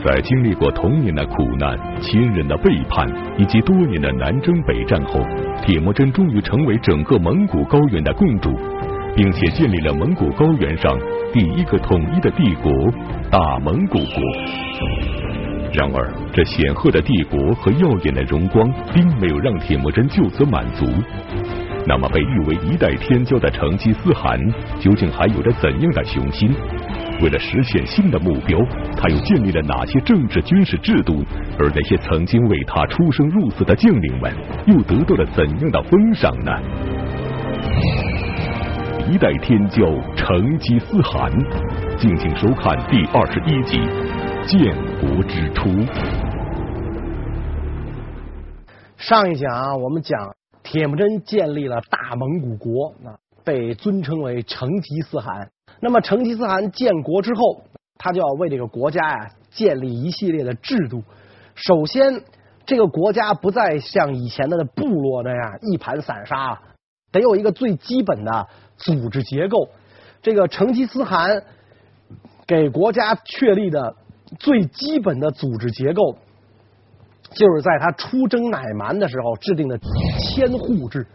在经历过童年的苦难、亲人的背叛以及多年的南征北战后，铁木真终于成为整个蒙古高原的共主，并且建立了蒙古高原上第一个统一的帝国——大蒙古国。然而，这显赫的帝国和耀眼的荣光，并没有让铁木真就此满足。那么，被誉为一代天骄的成吉思汗，究竟还有着怎样的雄心？为了实现新的目标，他又建立了哪些政治军事制度？而那些曾经为他出生入死的将领们，又得到了怎样的封赏呢？一代天骄成吉思汗，敬请收看第21集《建国之初》。 上一讲我们讲铁木真建立了大蒙古国，被尊称为成吉思汗。那么成吉思汗建国之后，他就要为这个国家建立一系列的制度。首先，这个国家不再像以前的部落那样一盘散沙了，得有一个最基本的组织结构。这个成吉思汗给国家确立的最基本的组织结构，就是在他出征乃蛮的时候制定的千户制。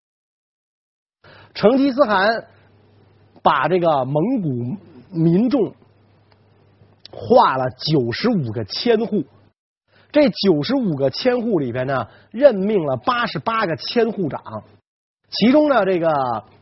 成吉思汗把这个蒙古民众划了95个千户，这95个千户里边呢，任命了88个千户长，其中呢，这个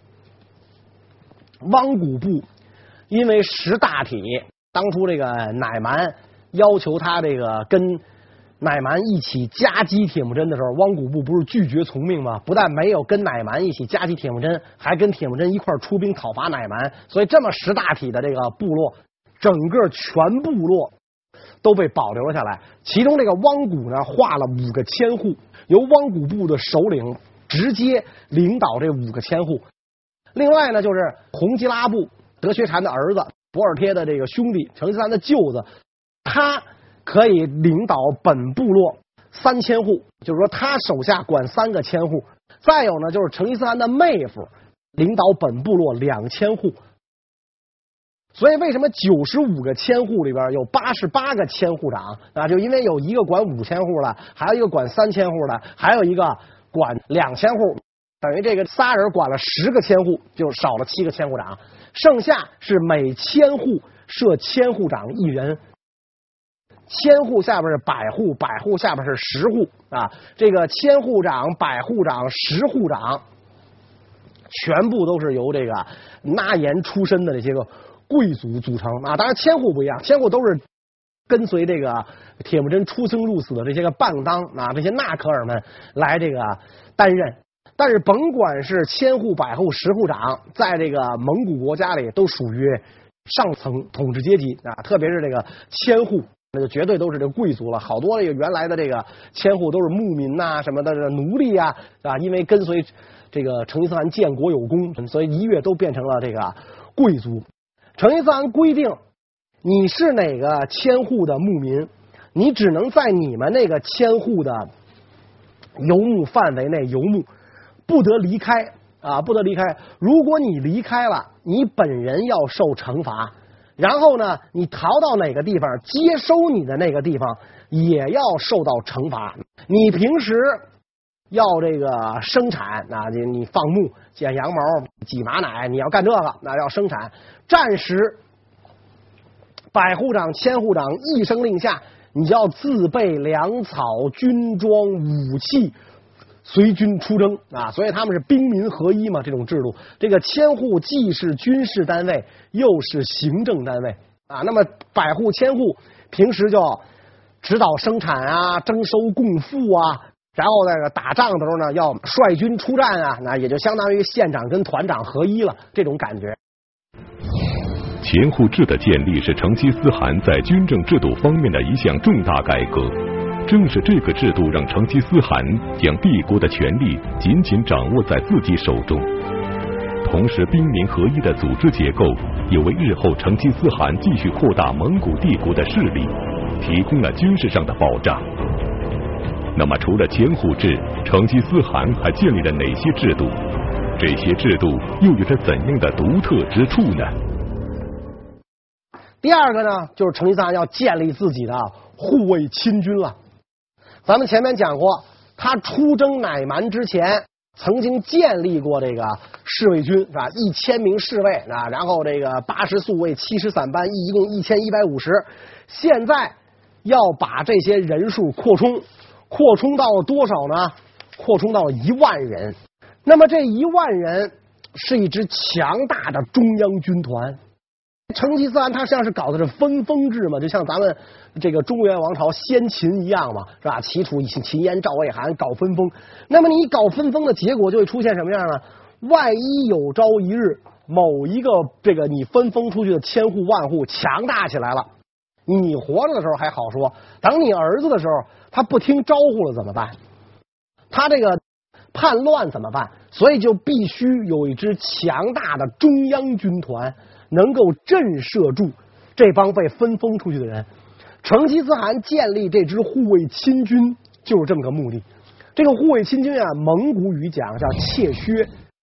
汪古部因为识大体，当初这个乃蛮要求他这个跟乃蛮一起夹击铁木真的时候，汪古部不是拒绝从命吗？不但没有跟乃蛮一起夹击铁木真，还跟铁木真一块出兵讨伐乃蛮。所以这么识大体的这个部落，整个全部落都被保留了下来。其中这个汪古呢，划了5个千户，由汪古部的首领直接领导这5个千户。另外呢，就是洪吉拉部德学禅的儿子，博尔帖的这个兄弟，成吉思汗的舅子，他可以领导本部落3000户，就是说他手下管3个千户。再有呢，就是成吉思汗的妹夫领导本部落2000户。所以为什么95个千户里边有88个千户长啊？就因为有一个管5000户的，还有一个管3000户的，还有一个管2000户，等于这个仨人管了10个千户，就少了7个千户长。剩下是每千户设千户长1人。千户下边是百户，百户下边是10户啊。这个千户长、百户长、10户长，全部都是由这个纳言出身的这些个贵族组成啊。当然千户不一样，千户都是跟随这个铁木真出生入死的这些个棒当啊，这些纳可尔们来这个担任。但是甭管是千户、百户、10户长，在这个蒙古国家里都属于上层统治阶级啊，特别是这个千户，那就绝对都是这个贵族了。好多这个原来的这个千户都是牧民呐、什么的奴隶啊，因为跟随这个成吉思汗建国有功，所以一跃都变成了这个贵族。成吉思汗规定，你是哪个千户的牧民，你只能在你们那个千户的游牧范围内游牧，不得离开啊，不得离开。如果你离开了，你本人要受惩罚。然后呢，你逃到哪个地方，接收你的那个地方也要受到惩罚。你平时要这个生产啊，你放牧、剪羊毛、挤马奶，你要干这个，那要生产。战时，百户长、千户长一声令下，你要自备粮草、军装、武器，随军出征啊，所以他们是兵民合一嘛，这种制度。这个千户既是军事单位，又是行政单位啊。那么百户、千户平时就指导生产啊，征收贡赋啊，然后那个打仗的时候呢，要率军出战啊，那也就相当于县长跟团长合一了，这种感觉。 千户制的建立是成吉思汗在军政制度方面的一项重大改革。正是这个制度让成吉思汗将帝国的权力紧紧掌握在自己手中，同时兵民合一的组织结构也为日后成吉思汗继续扩大蒙古帝国的势力提供了军事上的保障。那么除了千户制，成吉思汗还建立了哪些制度？这些制度又有着怎样的独特之处呢？ 第二个呢，就是成吉思汗要建立自己的护卫亲军了。咱们前面讲过，他出征乃蛮之前，曾经建立过这个侍卫军，是吧？1000名侍卫啊，然后这个80宿卫、70散班，一共1150。现在要把这些人数扩充到了多少呢？扩充到了1万人。那么这1万人是一支强大的中央军团。成吉思汗他实际上是搞的是分封制嘛，就像咱们这个中原王朝先秦一样嘛，是吧？齐楚、秦燕、赵、魏、韩搞分封。那么你搞分封的结果就会出现什么样呢？万一有朝一日某一个这个你分封出去的千户万户强大起来了，你活着的时候还好说，等你儿子的时候他不听招呼了怎么办？他这个叛乱怎么办？所以就必须有一支强大的中央军团，能够震慑住这帮被分封出去的人。成吉思汗建立这支护卫亲军就是这么个目的。这个护卫亲军啊，蒙古语讲叫妾薛，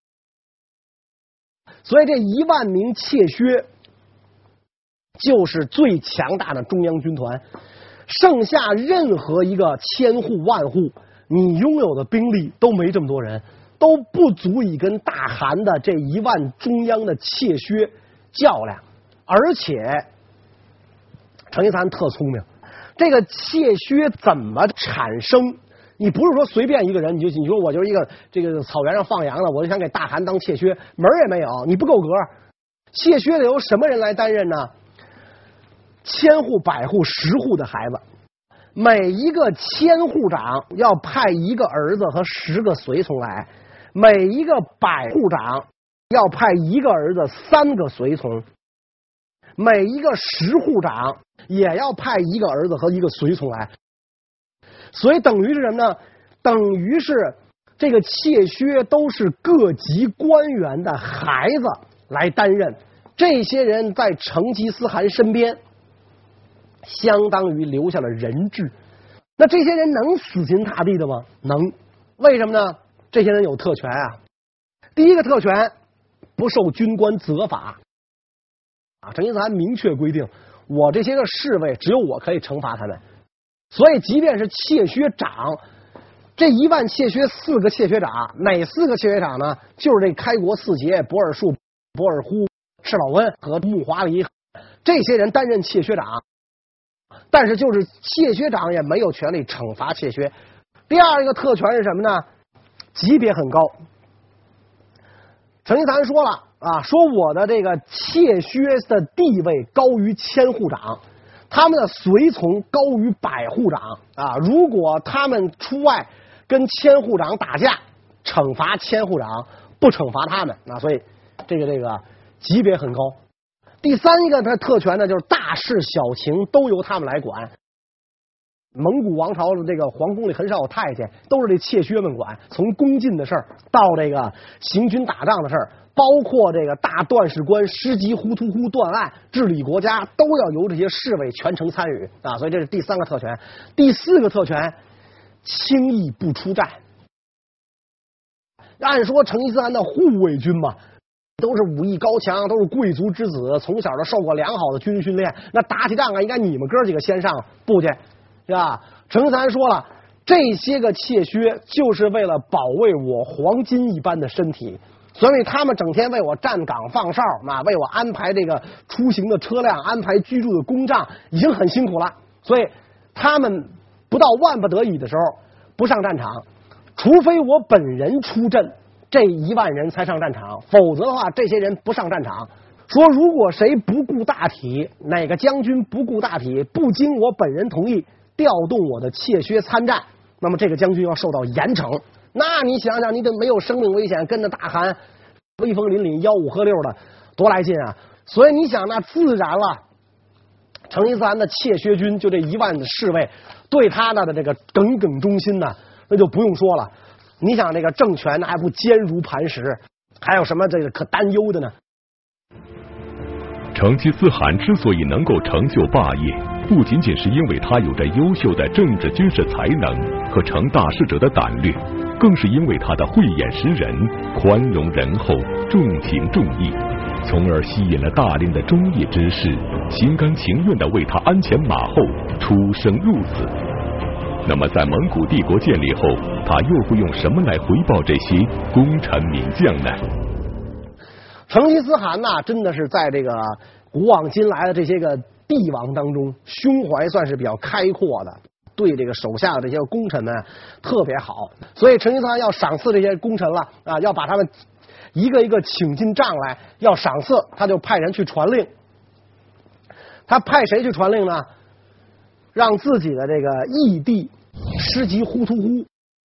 所以这1万名妾薛就是最强大的中央军团。剩下任何一个千户万户，你拥有的兵力都没这么多人，都不足以跟大汗的这1万中央的妾薛较量。而且成吉思汗特聪明，这个妾薛怎么产生？你不是说随便一个人，你说我就是一个这个草原上放羊的，我就想给大汗当妾薛，门儿也没有，你不够格。妾薛得由什么人来担任呢？千户、百户、10户的孩子，每一个千户长要派1个儿子和10个随从来，每一个百户长要派1个儿子3个随从，每一个10户长也要派1个儿子和1个随从来。所以等于是什么呢？等于是这个妾薛都是各级官员的孩子来担任。这些人在成吉思汗身边相当于留下了人质。那这些人能死心塌地的吗？能。为什么呢？这些人有特权啊。第一个特权，不受军官责罚。成吉思汗明确规定，我这些个侍卫只有我可以惩罚他们。所以即便是妾薛长，这1万妾薛4个妾薛长，哪4个妾薛长呢？就是这开国4杰博尔术、博尔忽、赤老温和木华黎这些人担任妾薛长。但是就是妾薛长也没有权利惩罚妾薛。第二一个特权是什么呢？级别很高。成吉思汗说了啊，说我的这个妾薛的地位高于千户长，他们的随从高于百户长啊。如果他们出外跟千户长打架，惩罚千户长，不惩罚他们啊。所以这个级别很高。第三一个它特权呢，就是大事小情都由他们来管。蒙古王朝的这个皇宫里很少有太监，都是这妾薛们管。从宫禁的事儿到这个行军打仗的事儿，包括这个大段事官师级糊涂乎断案、治理国家，都要由这些侍卫全程参与啊。所以这是第三个特权。第四个特权，轻易不出战。按说成吉思汗的护卫军嘛，都是武艺高强，都是贵族之子，从小都受过良好的军事训练，那打起仗啊，应该你们哥几个先上，不去，是吧？成吉思汗说了，这些个妾薛就是为了保卫我黄金一般的身体，所以他们整天为我站岗放哨，为我安排这个出行的车辆，安排居住的公帐，已经很辛苦了。所以他们不到万不得已的时候不上战场，除非我本人出阵，这1万人才上战场，否则的话这些人不上战场。说如果谁不顾大体，哪个将军不顾大体，不经我本人同意调动我的妾薛参战，那么这个将军要受到严惩。那你想想，你得没有生命危险，跟着大汗威风凛凛、吆五喝六的，多来劲啊！所以你想，那自然了，成吉思汗的妾薛军就这1万的侍卫，对他的这个耿耿忠心呢，那就不用说了。你想这个政权那还不坚如磐石，还有什么这个可担忧的呢？ 成吉思汗之所以能够成就霸业，不仅仅是因为他有着优秀的政治军事才能和成大事者的胆略，更是因为他的慧眼识人、宽容仁厚、重情重义。 从而吸引了大量的忠义之士，心甘情愿地为他鞍前马后，出生入死。那么在蒙古帝国建立后，他又会用什么来回报这些功臣名将呢？ 成吉思汗呐，真的是在这个古往今来的这些个帝王当中，胸怀算是比较开阔的，对这个手下的这些功臣们特别好。所以成吉思汗要赏赐这些功臣了啊，要把他们一个一个请进帐来，要赏赐，他就派人去传令。他派谁去传令呢？让自己的这个义弟师吉忽图忽，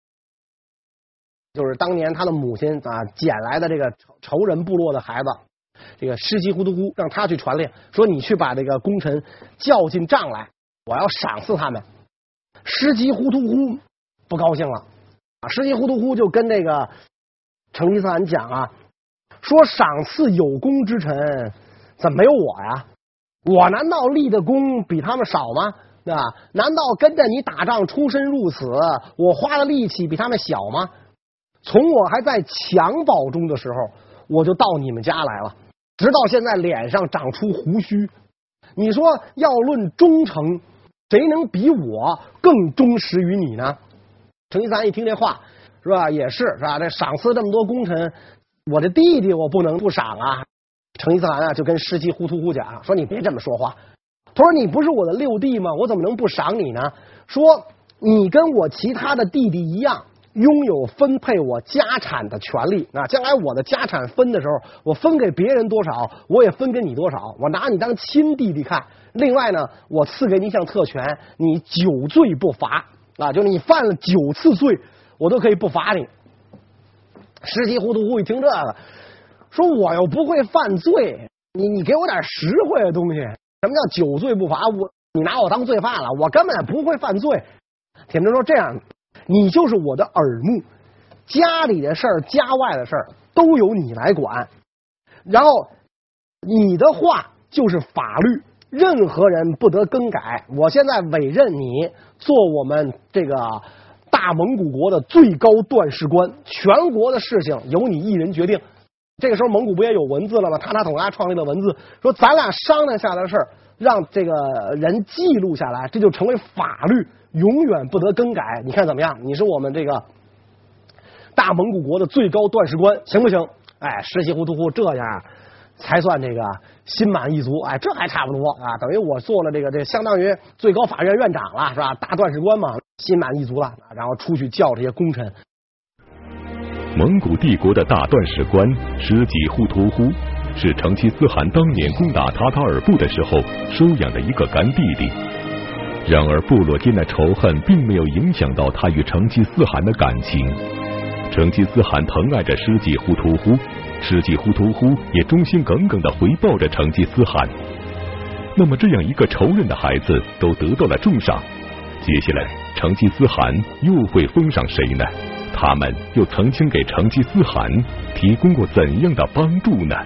就是当年他的母亲啊捡来的这个仇人部落的孩子，这个师吉忽图忽，让他去传令，说你去把这个功臣叫进帐来，我要赏赐他们。师吉忽图忽不高兴了啊，师吉忽图忽就跟这个成吉思汗讲啊，说赏赐有功之臣，怎么没有我呀？我难道立的功比他们少吗？对吧？难道跟着你打仗出生入死，我花的力气比他们小吗？从我还在襁褓中的时候，我就到你们家来了，直到现在脸上长出胡须。你说要论忠诚，谁能比我更忠实于你呢？成吉思汗一听这话，是吧？也是吧？这赏赐这么多功臣，我这弟弟我不能不赏啊。成吉思汗啊，就跟师吉忽图忽讲说：“你别这么说话。”他说：“你不是我的六弟吗？我怎么能不赏你呢？说你跟我其他的弟弟一样，拥有分配我家产的权利啊！将来我的家产分的时候，我分给别人多少，我也分给你多少。我拿你当亲弟弟看。另外呢，我赐给你一项特权，你9罪不罚啊！就是你犯了9次罪，我都可以不罚你。”师吉忽图忽一听这个，说：“我又不会犯罪，你给我点实惠的东西。什么叫9罪不罚？你拿我当罪犯了？我根本不会犯罪。”铁木真说：“这样，你就是我的耳目，家里的事儿、家外的事儿都由你来管。然后你的话就是法律，任何人不得更改。我现在委任你做我们这个大蒙古国的最高断事官，全国的事情由你一人决定。”这个时候蒙古不也有文字了吗？塔塔统阿创立的文字，说咱俩商量下来的事儿，让这个人记录下来，这就成为法律，永远不得更改。你看怎么样？你是我们这个大蒙古国的最高断事官，行不行？哎，师吉忽图忽这样才算这个心满意足。哎，这还差不多啊，等于我做了这个相当于最高法院院长了，是吧？大断事官嘛，心满意足了，然后出去叫这些功臣。 蒙古帝国的大断事官师吉忽图忽是成吉思汗当年攻打塔塔尔部的时候收养的一个干弟弟。然而部落间的仇恨并没有影响到他与成吉思汗的感情。成吉思汗疼爱着师吉忽图忽，师吉忽图忽也忠心耿耿地回报着成吉思汗。那么这样一个仇人的孩子都得到了重赏，接下来成吉思汗又会封赏谁呢？他们又曾经给成吉思汗提供过怎样的帮助呢？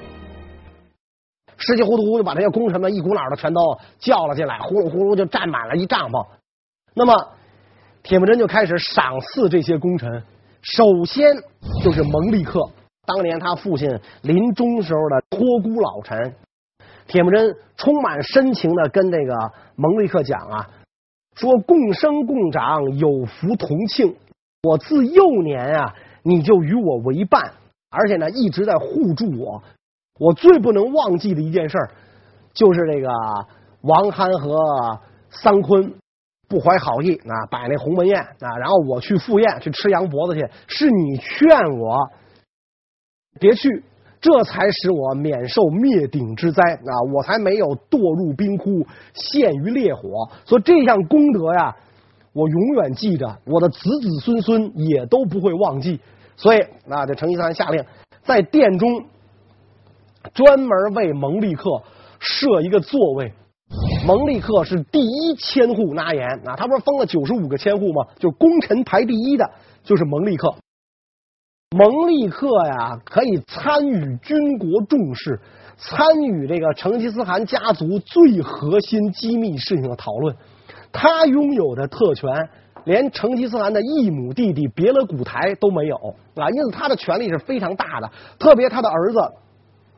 师吉忽图忽就把这些功臣们一股脑的全都叫了进来，呼噜呼噜就站满了一帐篷。那么铁木真就开始赏赐这些功臣，首先就是蒙历克，当年他父亲临终时候的托孤老臣。铁木真充满深情的跟这个蒙历克讲啊，说共生共长，有福同庆。我自幼年啊，你就与我为伴，而且呢一直在护助我。我最不能忘记的一件事儿，就是这个王憨和桑昆不怀好意啊，摆那鸿门宴啊，然后我去赴宴去吃羊脖子去，是你劝我别去，这才使我免受灭顶之灾啊，我才没有堕入冰窟，陷于烈火。所以这项功德呀，我永远记着，我的子子孙孙也都不会忘记。所以这成吉思汗下令在殿中专门为蒙历克设一个座位。蒙历克是第一千户纳言啊，他不是封了95个千户吗？就功臣排第一的就是蒙历克。蒙历克呀，可以参与军国重事，参与这个成吉思汗家族最核心机密事情的讨论。他拥有的特权，连成吉思汗的异母弟弟别勒古台都没有啊，因此他的权力是非常大的。特别他的儿子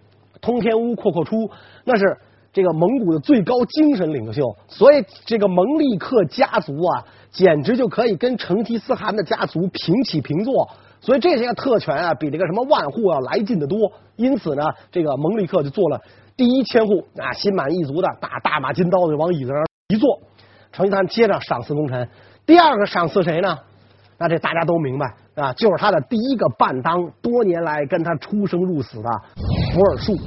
通天乌阔阔出，那是这个蒙古的最高精神领袖，所以这个蒙历克家族啊，简直就可以跟成吉思汗的家族平起平坐。所以这些个特权啊，比这个什么万户要来劲得多。因此呢，这个蒙历克就做了第一千户啊，心满意足的打大马金刀就往椅子上一坐。成吉思汗接着赏赐功臣，第二个赏赐谁呢？那这大家都明白啊，就是他的第一个伴当，多年来跟他出生入死的博尔术。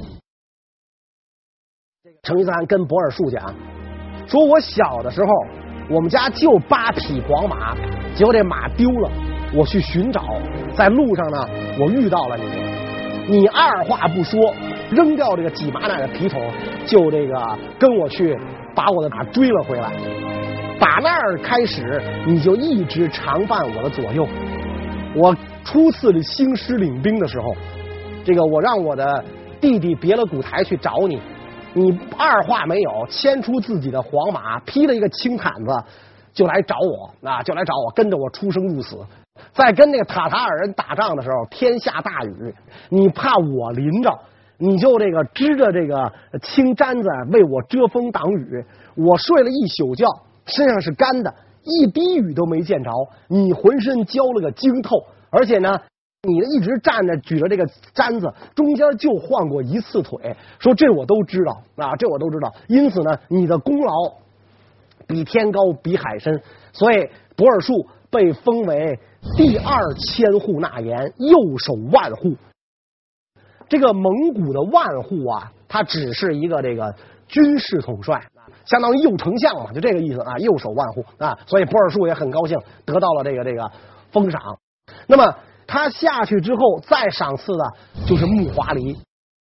成吉思汗跟博尔术讲，说我小的时候，我们家就8匹黄马，结果这马丢了，我去寻找，在路上呢，我遇到了你，你二话不说，扔掉这个挤马奶的皮桶，就这个跟我去把我的马追了回来。打那儿开始，你就一直常伴我的左右。我初次的兴师领兵的时候，这个我让我的弟弟别了古台去找你，你二话没有，牵出自己的黄马，披了一个青毯子，就来找我啊，就来找我，跟着我出生入死。在跟那个塔塔尔人打仗的时候，天下大雨，你怕我淋着，你就这个支着这个青毡子为我遮风挡雨。我睡了一宿觉，身上是干的，一滴雨都没见着，你浑身浇了个精透，而且呢，你一直站着举着这个毡子，中间就换过一次腿。说这我都知道啊，这我都知道。因此呢，你的功劳比天高，比海深，所以博尔术被封为第2千户纳言，右手万户。这个蒙古的万户啊，他只是一个这个军事统帅，相当于右丞相嘛，就这个意思啊，右手万户啊。所以博尔术也很高兴，得到了这个封赏。那么他下去之后，再赏赐的就是木华黎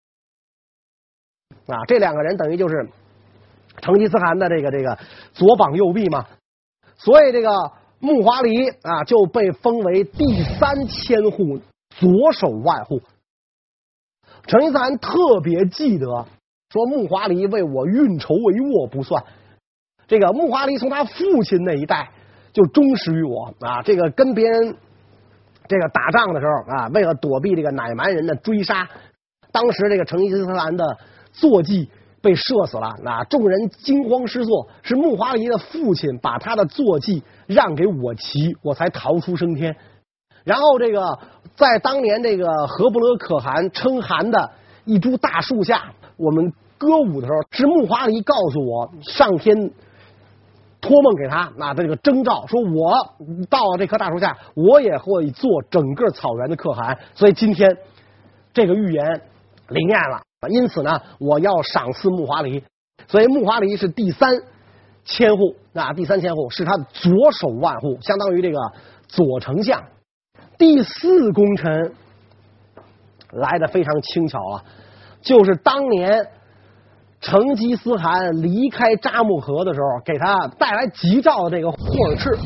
啊，这两个人等于就是成吉思汗的这个左膀右臂嘛。所以这个木华黎啊就被封为第3千户，左手万户。成吉思汗特别记得说，木华黎为我运筹帷幄不算，这个木华黎从他父亲那一代就忠实于我啊，这个跟别人这个打仗的时候啊，为了躲避这个乃蛮人的追杀，当时这个成吉思汗的坐骑被射死了啊，众人惊慌失措，是木华黎的父亲把他的坐骑让给我骑，我才逃出升天。然后这个在当年这个和不勒可汗称汗的一株大树下，我们歌舞的时候，是木华黎告诉我，上天托梦给他这个征兆，说我到了这棵大树下，我也会做整个草原的可汗。所以今天这个预言灵验了，因此呢，我要赏赐木华黎。所以木华黎是第3千户啊，第3千户是他左手万户，相当于这个左丞相。第4功臣来得非常轻巧啊，就是当年成吉思汗离开扎木合的时候，给他带来吉兆的这个霍尔赤。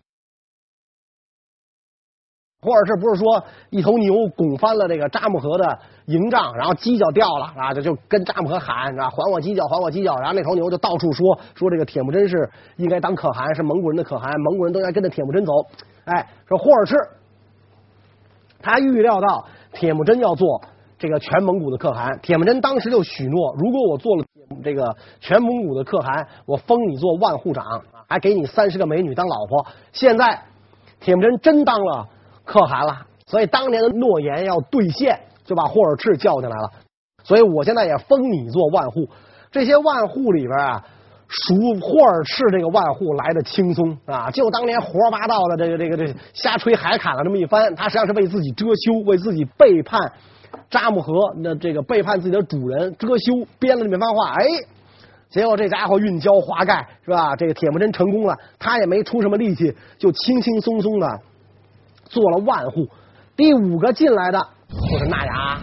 霍尔赤不是说一头牛拱翻了这个扎木合的营帐，然后犄角掉了啊，就跟扎木合喊啊，还我犄角，还我犄角。然后那头牛就到处说这个铁木真是应该当可汗，是蒙古人的可汗，蒙古人都应该跟着铁木真走。哎，说霍尔赤他预料到铁木真要做这个全蒙古的可汗，铁木真当时就许诺，如果我做了这个全蒙古的可汗，我封你做万户长，还给你30个美女当老婆。现在铁木真真当了可汗了，所以当年的诺言要兑现，就把霍尔赤叫进来了。所以我现在也封你做万户。这些万户里边啊，属霍尔赤这个万户来的轻松啊，就当年胡说八道的这个瞎吹海侃了这么一番，他实际上是为自己遮羞，为自己背叛扎木合，那这个背叛自己的主人遮羞，编了这么一番话。哎，结果这家伙运交华盖是吧？这个铁木真成功了，他也没出什么力气，就轻轻松松的做了万户。第5个进来的就是纳牙。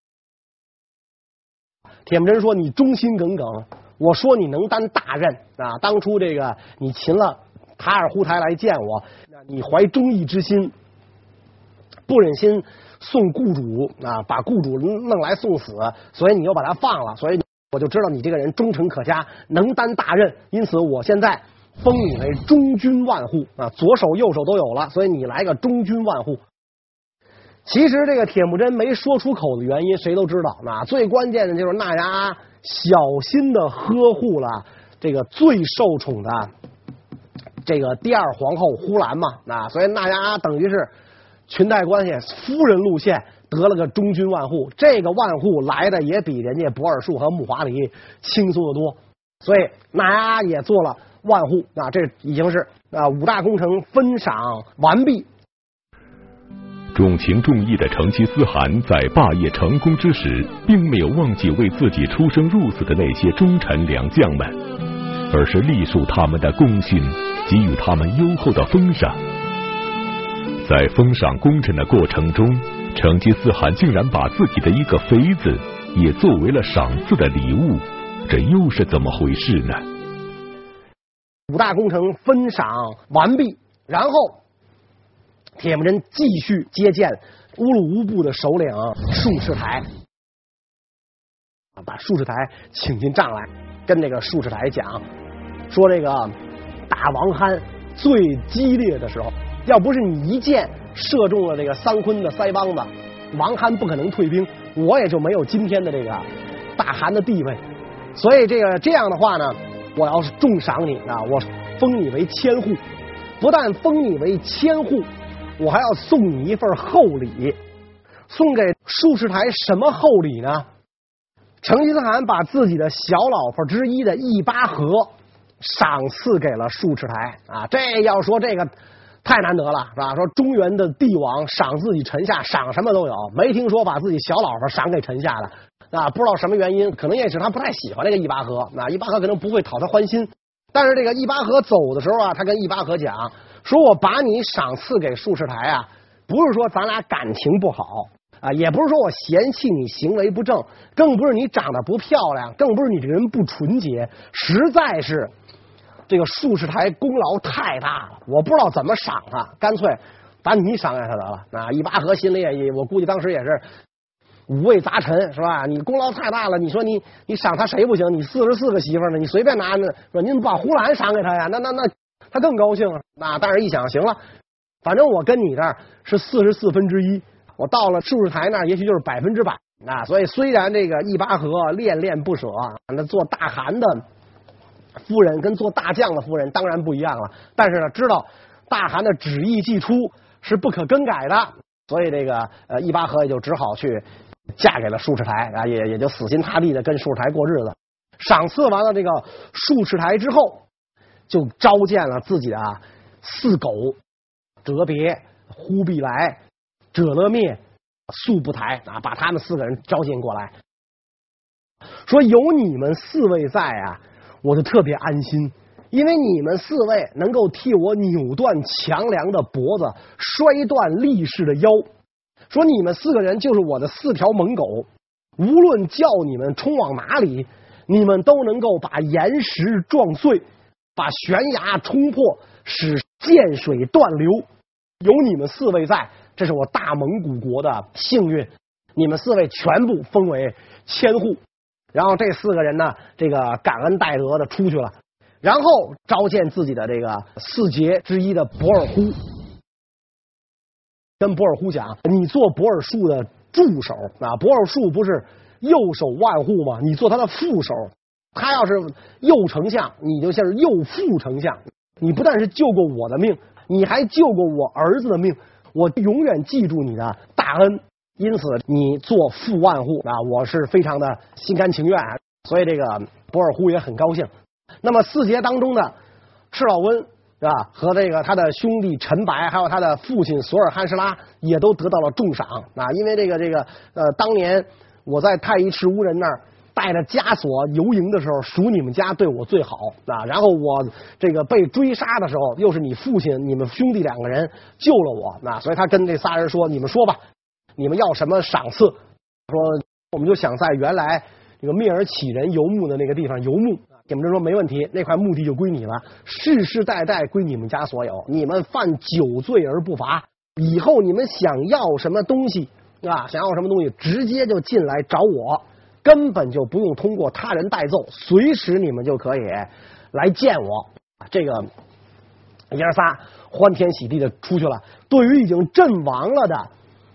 铁木真说：“你忠心耿耿，我说你能担大任啊！当初这个你擒了塔尔忽台来见我，你怀忠义之心，不忍心送雇主啊，把雇主弄来送死，所以你又把他放了，所以我就知道你这个人忠诚可嘉，能担大任。因此我现在封你为中军万户啊，左手右手都有了，所以你来个中军万户。” 其实这个铁木真没说出口的原因，谁都知道。那最关键的就是纳牙阿小心的呵护了这个最受宠的这个第二皇后呼兰嘛。那所以纳牙阿等于是裙带关系，夫人路线得了个中军万户。这个万户来的也比人家博尔术和木华黎轻松的多，所以纳牙阿也做了万户。那这已经是5大工程分赏完毕。 重情重义的成吉思汗在霸业成功之时，并没有忘记为自己出生入死的那些忠臣良将们，而是历述他们的功勋，给予他们优厚的封赏。在封赏功臣的过程中，成吉思汗竟然把自己的一个妃子也作为了赏赐的礼物，这又是怎么回事呢 ？5大工程分赏完毕，然后铁木真继续接见乌鲁乌部的首领术士台，把术士台请进帐来，跟这个术士台讲说，这个打王憨最激烈的时候，要不是你一箭射中了这个桑昆的腮帮子，王憨不可能退兵，我也就没有今天的这个大汗的地位。所以这样的话呢，我要是重赏你啊，我封你为千户，不但封你为千户，我还要送你一份厚礼。送给术士台什么厚礼呢？成吉思汗把自己的小老婆之一的义巴和赏赐给了术士台啊，这要说这个太难得了，是吧？说中原的帝王赏自己臣下，赏什么都有，没听说把自己小老婆赏给臣下的啊，不知道什么原因，可能也是他不太喜欢这个义巴和，那义巴和可能不会讨他欢心。但是这个义巴和走的时候啊，他跟义巴和讲说，我把你赏赐给术士台啊，不是说咱俩感情不好啊，也不是说我嫌弃你行为不正，更不是你长得不漂亮，更不是你这个人不纯洁，实在是这个术士台功劳太大了，我不知道怎么赏他，干脆把你赏给他得了。那义巴和心里也，我估计当时也是五味杂陈，是吧？你功劳太大了，你说你赏他谁不行？你44个媳妇呢，你随便拿呢，说您把呼兰赏给他呀，那他更高兴了。那但是一想，行了，反正我跟你这儿是1/44，我到了术士台那儿也许就是100%。啊，所以虽然这个义巴和恋恋不舍，那做大汗的夫人跟做大将的夫人当然不一样了，但是呢，知道大汗的旨意既出是不可更改的，所以这个义巴和也就只好去嫁给了术士台啊，也就死心塌地的跟术士台过日子。赏赐完了这个术士台之后，就召见了自己的4狗：哲别、忽必来、哲勒灭、速不台啊，把他们4个人召见过来，说有你们4位在啊，我就特别安心，因为你们4位能够替我扭断强梁的脖子，摔断力士的腰。说你们4个人就是我的4条猛狗，无论叫你们冲往哪里，你们都能够把岩石撞碎，把悬崖冲破，使涧水断流。有你们4位在，这是我大蒙古国的幸运。你们4位全部封为千户。然后这4个人呢，这个感恩戴德的出去了，然后召见自己的这个4杰之一的博尔忽，跟博尔忽讲，你做博尔术的助手啊，博尔术不是右手万户吗？你做他的副手，他要是右丞相，你就像是右副丞相，你不但是救过我的命，你还救过我儿子的命，我永远记住你的大恩。因此你做副万户啊，我是非常的心甘情愿，所以这个博尔忽也很高兴。那么4杰当中的赤老温是吧，和这个他的兄弟陈白，还有他的父亲索尔汉士拉也都得到了重赏啊。因为这个当年我在太乙赤乌人那儿带着枷锁游营的时候，属你们家对我最好啊。然后我这个被追杀的时候，又是你父亲你们兄弟2个人救了我啊。所以他跟这仨人说，你们说吧，你们要什么赏赐？说我们就想在原来这个蔑尔乞人游牧的那个地方游牧。铁木真说没问题，那块墓地就归你了，世世代代归你们家所有。你们犯9罪而不罚，以后你们想要什么东西啊？想要什么东西，直接就进来找我，根本就不用通过他人代奏，随时你们就可以来见我。这个爷儿仨欢天喜地的出去了。对于已经阵亡了的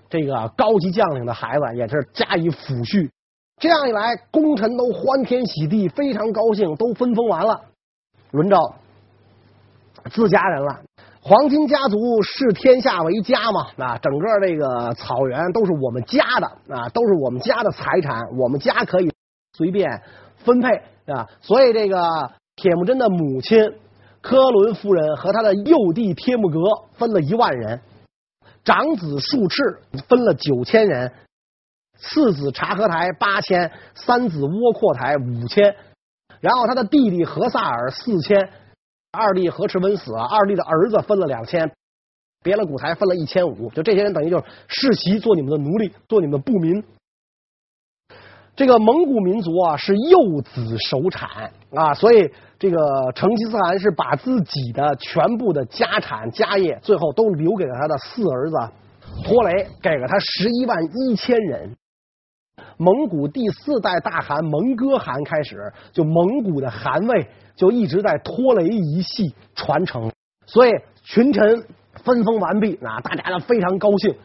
这个高级将领的孩子也是加以抚恤。这样一来，功臣都欢天喜地，非常高兴，都分封完了，轮到自家人了。黄金家族视天下为家嘛，整个这个草原都是我们家的都是我们家的财产，我们家可以随便分配所以这个铁木真的母亲科伦夫人和他的幼弟帖木格分了1万人，长子术赤分了9000人，次子察合台8000，三子窝阔台5000，然后他的弟弟何萨尔4000，二弟何赤温死了，二弟的儿子分了2000，别了古台分了1500，就这些人等于就是世袭做你们的奴隶，做你们的部民。这个蒙古民族是幼子守产所以这个成吉思汗是把自己的全部的家产家业最后都留给了他的4儿子拖雷，给了他111000人。蒙古第4代大汗蒙哥汗开始，就蒙古的汗位就一直在拖雷一系传承，所以群臣分封完毕大家都非常高兴。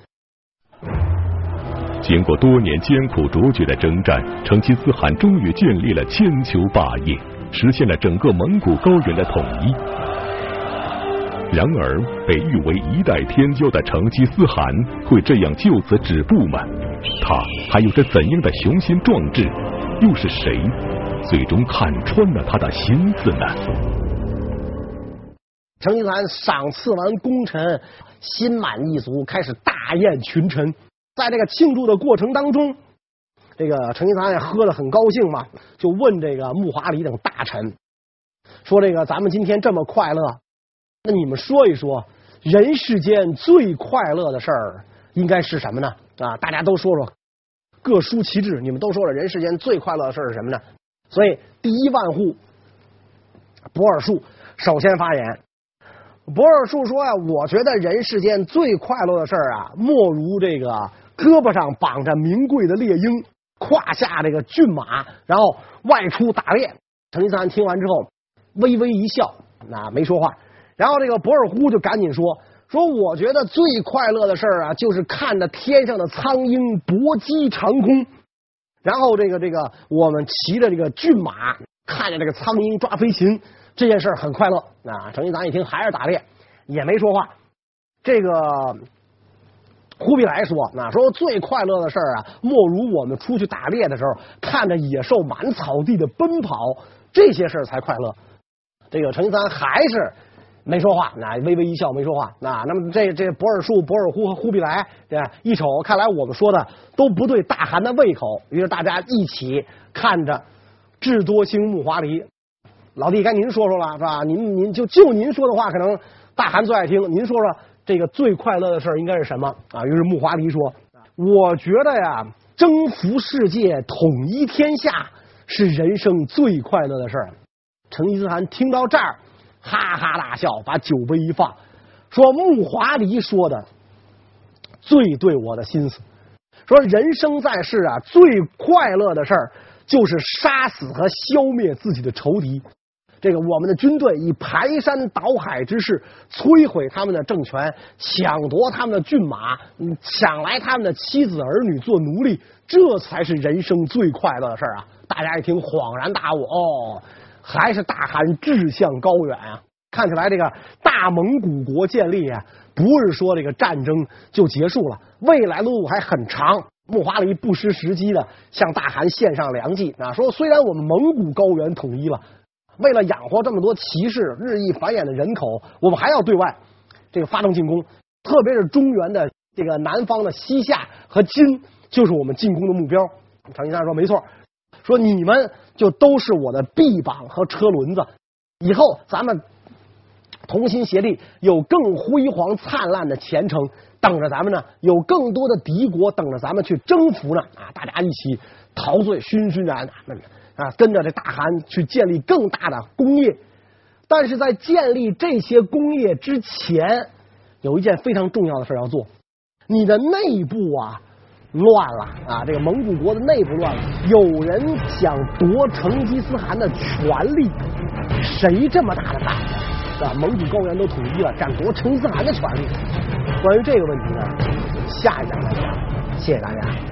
经过多年艰苦卓绝的征战，成吉思汗终于建立了千秋霸业，实现了整个蒙古高原的统一。然而，被誉为一代天骄的成吉思汗会这样就此止步吗？他还有着怎样的雄心壮志？又是谁最终看穿了他的心思呢？ 成吉思汗赏赐完功臣，心满意足，开始大宴群臣。在这个庆祝的过程当中，这个成吉思汗也喝得很高兴嘛，就问这个木华黎等大臣说：“这个咱们今天这么快乐，那你们说一说，人世间最快乐的事儿应该是什么呢？大家都说说，各抒其志，你们都说说人世间最快乐的事儿是什么呢？”所以第1万户博尔术首先发言。博尔术说我觉得人世间最快乐的事儿莫如这个胳膊上绑着名贵的猎鹰，胯下这个骏马，然后外出打猎。成吉思汗听完之后微微一笑，没说话。然后这个博尔忽就赶紧说我觉得最快乐的事儿就是看着天上的苍鹰搏击长空，然后这个我们骑着这个骏马，看着这个苍鹰抓飞禽，这件事儿很快乐。成吉思汗一听还是打猎，也没说话。这个忽必来说最快乐的事儿莫如我们出去打猎的时候，看着野兽满草地的奔跑，这些事儿才快乐。这个成吉思汗还是没说话，微微一笑，没说话。那么这博尔术、博尔忽和忽必来一瞅，看来我们说的都不对大汗的胃口，于是大家一起看着智多星木华黎。老弟，该您说说了，是吧？您就您说的话，可能大汗最爱听。您说说这个最快乐的事儿应该是什么于是木华黎说：“我觉得征服世界、统一天下是人生最快乐的事儿。”成吉思汗听到这儿，哈哈大笑，把酒杯一放，说：“木华黎说的最对我的心思。说人生在世最快乐的事儿就是杀死和消灭自己的仇敌。这个我们的军队以排山倒海之势摧毁他们的政权，抢夺他们的骏马，抢来他们的妻子儿女做奴隶，这才是人生最快乐的事儿大家一听恍然大悟，还是大汗志向高远看起来这个大蒙古国建立不是说这个战争就结束了，未来的路还很长。木华黎不失时机的向大汗献上良计说虽然我们蒙古高原统一了，为了养活这么多骑士日益繁衍的人口，我们还要对外这个发动进攻，特别是中原的这个南方的西夏和金就是我们进攻的目标。成吉思汗说：“没错，说你们就都是我的臂膀和车轮子，以后咱们同心协力，有更辉煌灿烂的前程等着咱们呢，有更多的敌国等着咱们去征服呢大家一起陶醉，熏熏然跟着这大汗去建立更大的工业。但是在建立这些工业之前，有一件非常重要的事要做，你的内部乱了这个蒙古国的内部乱了，有人想夺成吉思汗的权力，谁这么大的胆子蒙古高原都统一了，敢夺成吉思汗的权力？关于这个问题呢， 下一讲再讲。谢谢大家。